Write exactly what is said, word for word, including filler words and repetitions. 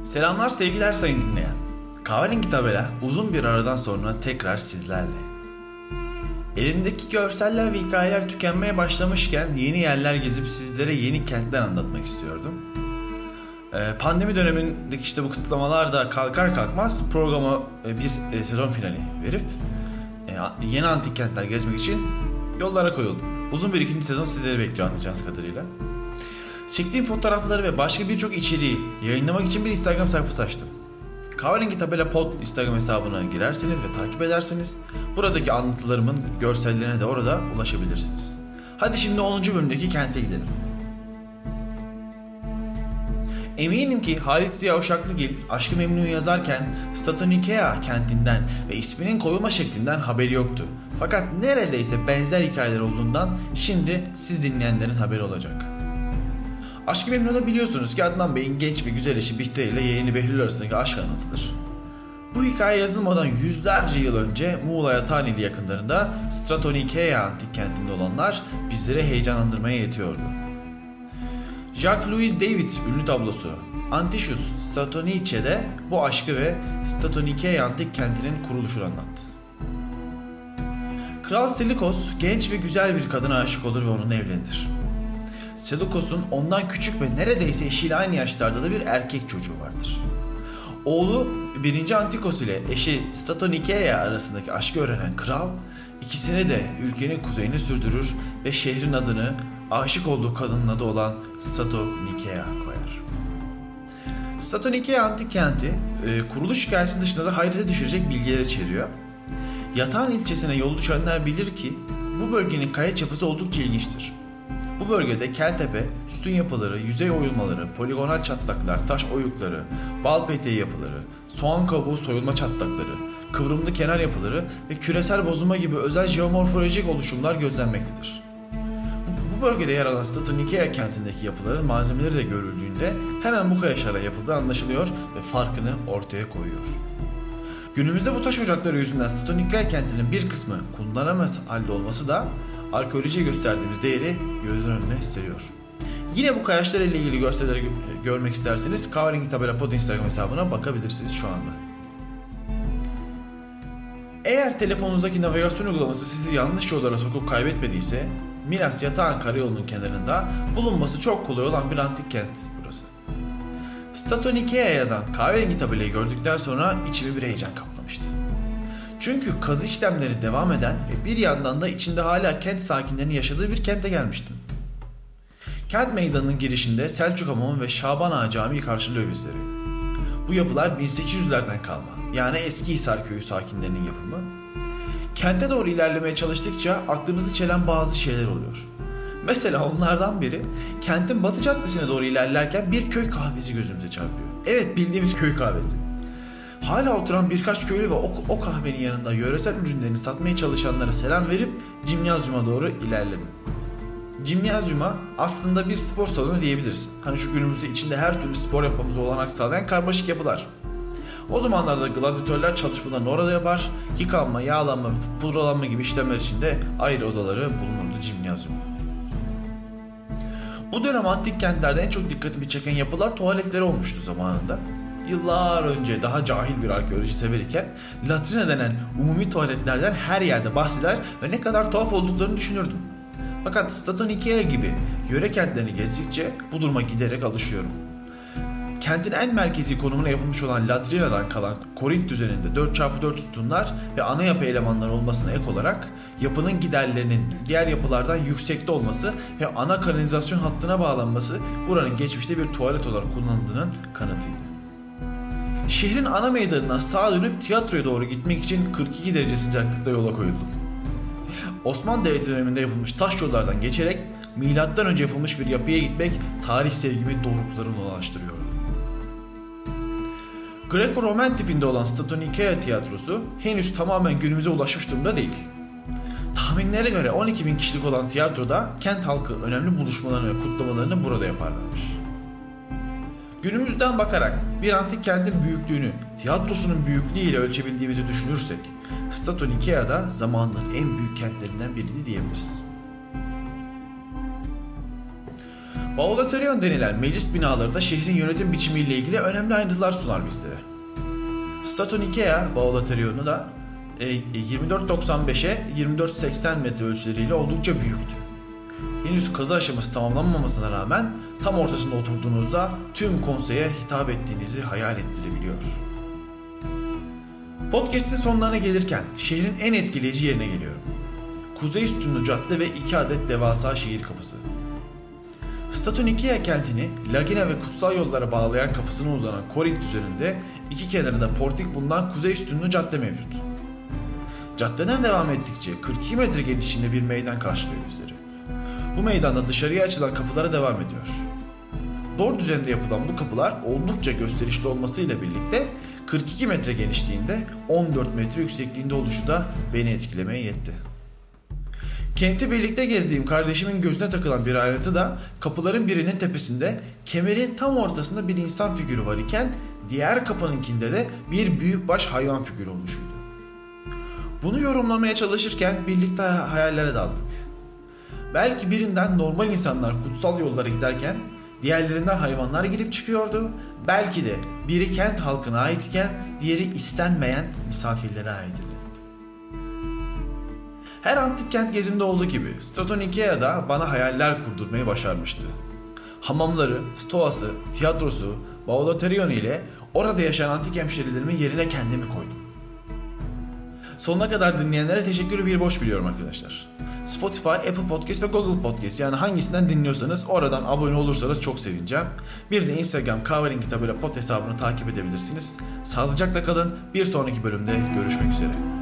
Selamlar sevgiler sayın dinleyen. Kahverengi Tabela uzun bir aradan sonra tekrar sizlerle. Elimdeki görseller ve hikayeler tükenmeye başlamışken yeni yerler gezip sizlere yeni kentler anlatmak istiyordum. Pandemi dönemindeki işte bu kısıtlamalar da kalkar kalkmaz programa bir sezon finali verip yeni antik kentler gezmek için yollara koyuldum. Uzun bir ikinci sezon sizleri bekliyor anlayacağınız kadarıyla. Çektiğim fotoğrafları ve başka birçok içeriği yayınlamak için bir Instagram sayfası açtım. Kahverengi Tabela Pod Instagram hesabına girerseniz ve takip ederseniz buradaki anlatılarımın görsellerine de orada ulaşabilirsiniz. Hadi şimdi onuncu bölümdeki kente gidelim. Eminim ki Halit Ziya Uşaklıgil Aşk-ı Memnu'yu yazarken Statonikea kentinden ve isminin koyulma şeklinden haberi yoktu. Fakat neredeyse benzer hikayeler olduğundan şimdi siz dinleyenlerin haberi olacak. Aşk-ı Memnu'da biliyorsunuz ki Adnan Bey'in genç ve güzel eşi Bihter ile yeğeni Behlül arasındaki aşk anlatılır. Bu hikaye yazılmadan yüzlerce yıl önce Muğla Yatağanili yakınlarında Statonikea antik kentinde olanlar bizlere heyecanlandırmaya yetiyordu. Jacques-Louis David ünlü tablosu Anticius Statonicé'de bu aşkı ve Statonikea antik kentinin kuruluşunu anlattı. Kral Selikos genç ve güzel bir kadına aşık olur ve onunla evlenir. Seleukos'un ondan küçük ve neredeyse eşiyle aynı yaşlarda da bir erkek çocuğu vardır. Oğlu birinci Antikos ile eşi Statonikea arasındaki aşkı öğrenen kral ikisini de ülkenin kuzeyine sürdürür ve şehrin adını aşık olduğu kadının adı olan Statonikea koyar. Statonikea antik kenti kuruluş hikayesi dışında da hayrete düşürecek bilgiler içeriyor. Yatağan ilçesine yol düşenler bilir ki bu bölgenin kayaç yapısı oldukça ilginçtir. Bu bölgede keltepe, sütun yapıları, yüzey oyulmaları, poligonal çatlaklar, taş oyukları, bal peteği yapıları, soğan kabuğu soyulma çatlakları, kıvrımlı kenar yapıları ve küresel bozulma gibi özel jeomorfolojik oluşumlar gözlenmektedir. Bu bölgede yer alan Statonikea kentindeki yapıların malzemeleri de görüldüğünde hemen bu kayaçlara yapıldığı anlaşılıyor ve farkını ortaya koyuyor. Günümüzde bu taş ocakları yüzünden Statonikea kentinin bir kısmı kullanılamaz halde olması da arkeolojiye gösterdiğimiz değeri gözler önüne seriyor. Yine bu kayaçlar ile ilgili görselleri görmek isterseniz Kahverengi Tabela Pod Instagram hesabına bakabilirsiniz şu anda. Eğer telefonunuzdaki navigasyon uygulaması sizi yanlış yollara sokup kaybetmediyse Milas Yatağan Karayolu'nun kenarında bulunması çok kolay olan bir antik kent burası. Statonikea yazan kahverengi tabelayı gördükten sonra içimi bir heyecan kaplamıştı. Çünkü kazı işlemleri devam eden ve bir yandan da içinde hala kent sakinlerinin yaşadığı bir kente gelmiştim. Kent meydanının girişinde Selçuk Hamamı ve Şaban Ağa Camii karşılıyor bizleri. Bu yapılar bin sekiz yüzlerden kalma, yani Eskihisar köyü sakinlerinin yapımı. Kente doğru ilerlemeye çalıştıkça aklımızı çelen bazı şeyler oluyor. Mesela onlardan biri kentin batı caddesine doğru ilerlerken bir köy kahvesi gözümüze çarpıyor. Evet, bildiğimiz köy kahvesi. Hala oturan birkaç köylü ve o, o kahvenin yanında yöresel ürünlerini satmaya çalışanlara selam verip Cimnazyum'a doğru ilerledim. Cimnazyum'a aslında bir spor salonu diyebiliriz. Hani şu günümüzde içinde her türlü spor yapmamıza olanak sağlayan karmaşık yapılar. O zamanlarda gladyatörler çalışmalarını orada yapar, yıkanma, yağlanma, pudralanma gibi işlemler için de ayrı odaları bulunurdu Cimnazyum. Bu dönem antik kentlerde en çok dikkatimi çeken yapılar tuvaletleri olmuştu zamanında. Yıllar önce daha cahil bir arkeoloji sever iken latrina denen umumi tuvaletlerden her yerde bahseder ve ne kadar tuhaf olduklarını düşünürdüm. Fakat Statonikea gibi yöre kentlerini gezdikçe bu duruma giderek alışıyorum. Kentin en merkezi konumuna yapılmış olan latrinadan kalan Korint düzeninde dört çarpı dört sütunlar ve ana yapı elemanları olmasına ek olarak yapının giderlerinin diğer yapılardan yüksekte olması ve ana kanalizasyon hattına bağlanması buranın geçmişte bir tuvalet olarak kullanıldığının kanıtıydı. Şehrin ana meydanından sağa dönüp tiyatroya doğru gitmek için kırk iki derece sıcaklıkta yola koyuldum. Osmanlı Devleti döneminde yapılmış taş yollardan geçerek milattan önce yapılmış bir yapıya gitmek tarih sevgimi doruklarına ulaştırıyordu. Greco-Roman tipinde olan Statonikea tiyatrosu henüz tamamen günümüze ulaşmış durumda değil. Tahminlere göre on iki bin kişilik olan tiyatroda kent halkı önemli buluşmalarını ve kutlamalarını burada yaparlarmış. Günümüzden bakarak bir antik kentin büyüklüğünü tiyatrosunun büyüklüğü ile ölçebildiğimizi düşünürsek Statonikea da zamanının en büyük kentlerinden biriydi diyebiliriz. Baulaterion denilen meclis binaları da şehrin yönetim biçimiyle ilgili önemli ayrıntılar sunar bizlere. Statonikea Baulaterion'u da yirmi dört doksan beşe yirmi dört seksen metre ölçüleriyle oldukça büyüktü. Henüz kazı aşaması tamamlanmamasına rağmen tam ortasında oturduğunuzda tüm konseye hitap ettiğinizi hayal ettirebiliyor. Podcast'in sonlarına gelirken şehrin en etkileyici yerine geliyorum. Kuzey üstünlü cadde ve iki adet devasa şehir kapısı. Statonikea kentini lagina ve kutsal yollara bağlayan kapısına uzanan Korint üzerinde iki kenarında portik bulunan kuzey üstünlü cadde mevcut. Caddeden devam ettikçe kırk iki metre genişliğinde bir meydan karşılıyor bizleri. Bu meydanda dışarıya açılan kapılara devam ediyor. Doğru düzeninde yapılan bu kapılar oldukça gösterişli olmasıyla birlikte kırk iki metre genişliğinde on dört metre yüksekliğinde oluşu da beni etkilemeye yetti. Kenti birlikte gezdiğim kardeşimin gözüne takılan bir ayrıntı da kapıların birinin tepesinde kemerin tam ortasında bir insan figürü var iken diğer kapınınkinde de bir büyükbaş hayvan figürü oluşuydu. Bunu yorumlamaya çalışırken birlikte hayallere daldık. Belki birinden normal insanlar kutsal yollara giderken diğerlerinden hayvanlar girip çıkıyordu. Belki de biri kent halkına ait iken diğeri istenmeyen misafirlere aitti. Her antik kent gezimde olduğu gibi Statonikea da bana hayaller kurdurmayı başarmıştı. Hamamları, stoası, tiyatrosu, Baulaterion ile orada yaşayan antik hemşerilerimin yerine kendimi koydum. Sonuna kadar dinleyenlere teşekkürü bir borç biliyorum arkadaşlar. Spotify, Apple Podcast ve Google Podcast, yani hangisinden dinliyorsanız oradan abone olursanız çok sevineceğim. Bir de Instagram Kahverengi Kitabıyla Pod hesabını takip edebilirsiniz. Sağlıcakla kalın. Bir sonraki bölümde görüşmek üzere.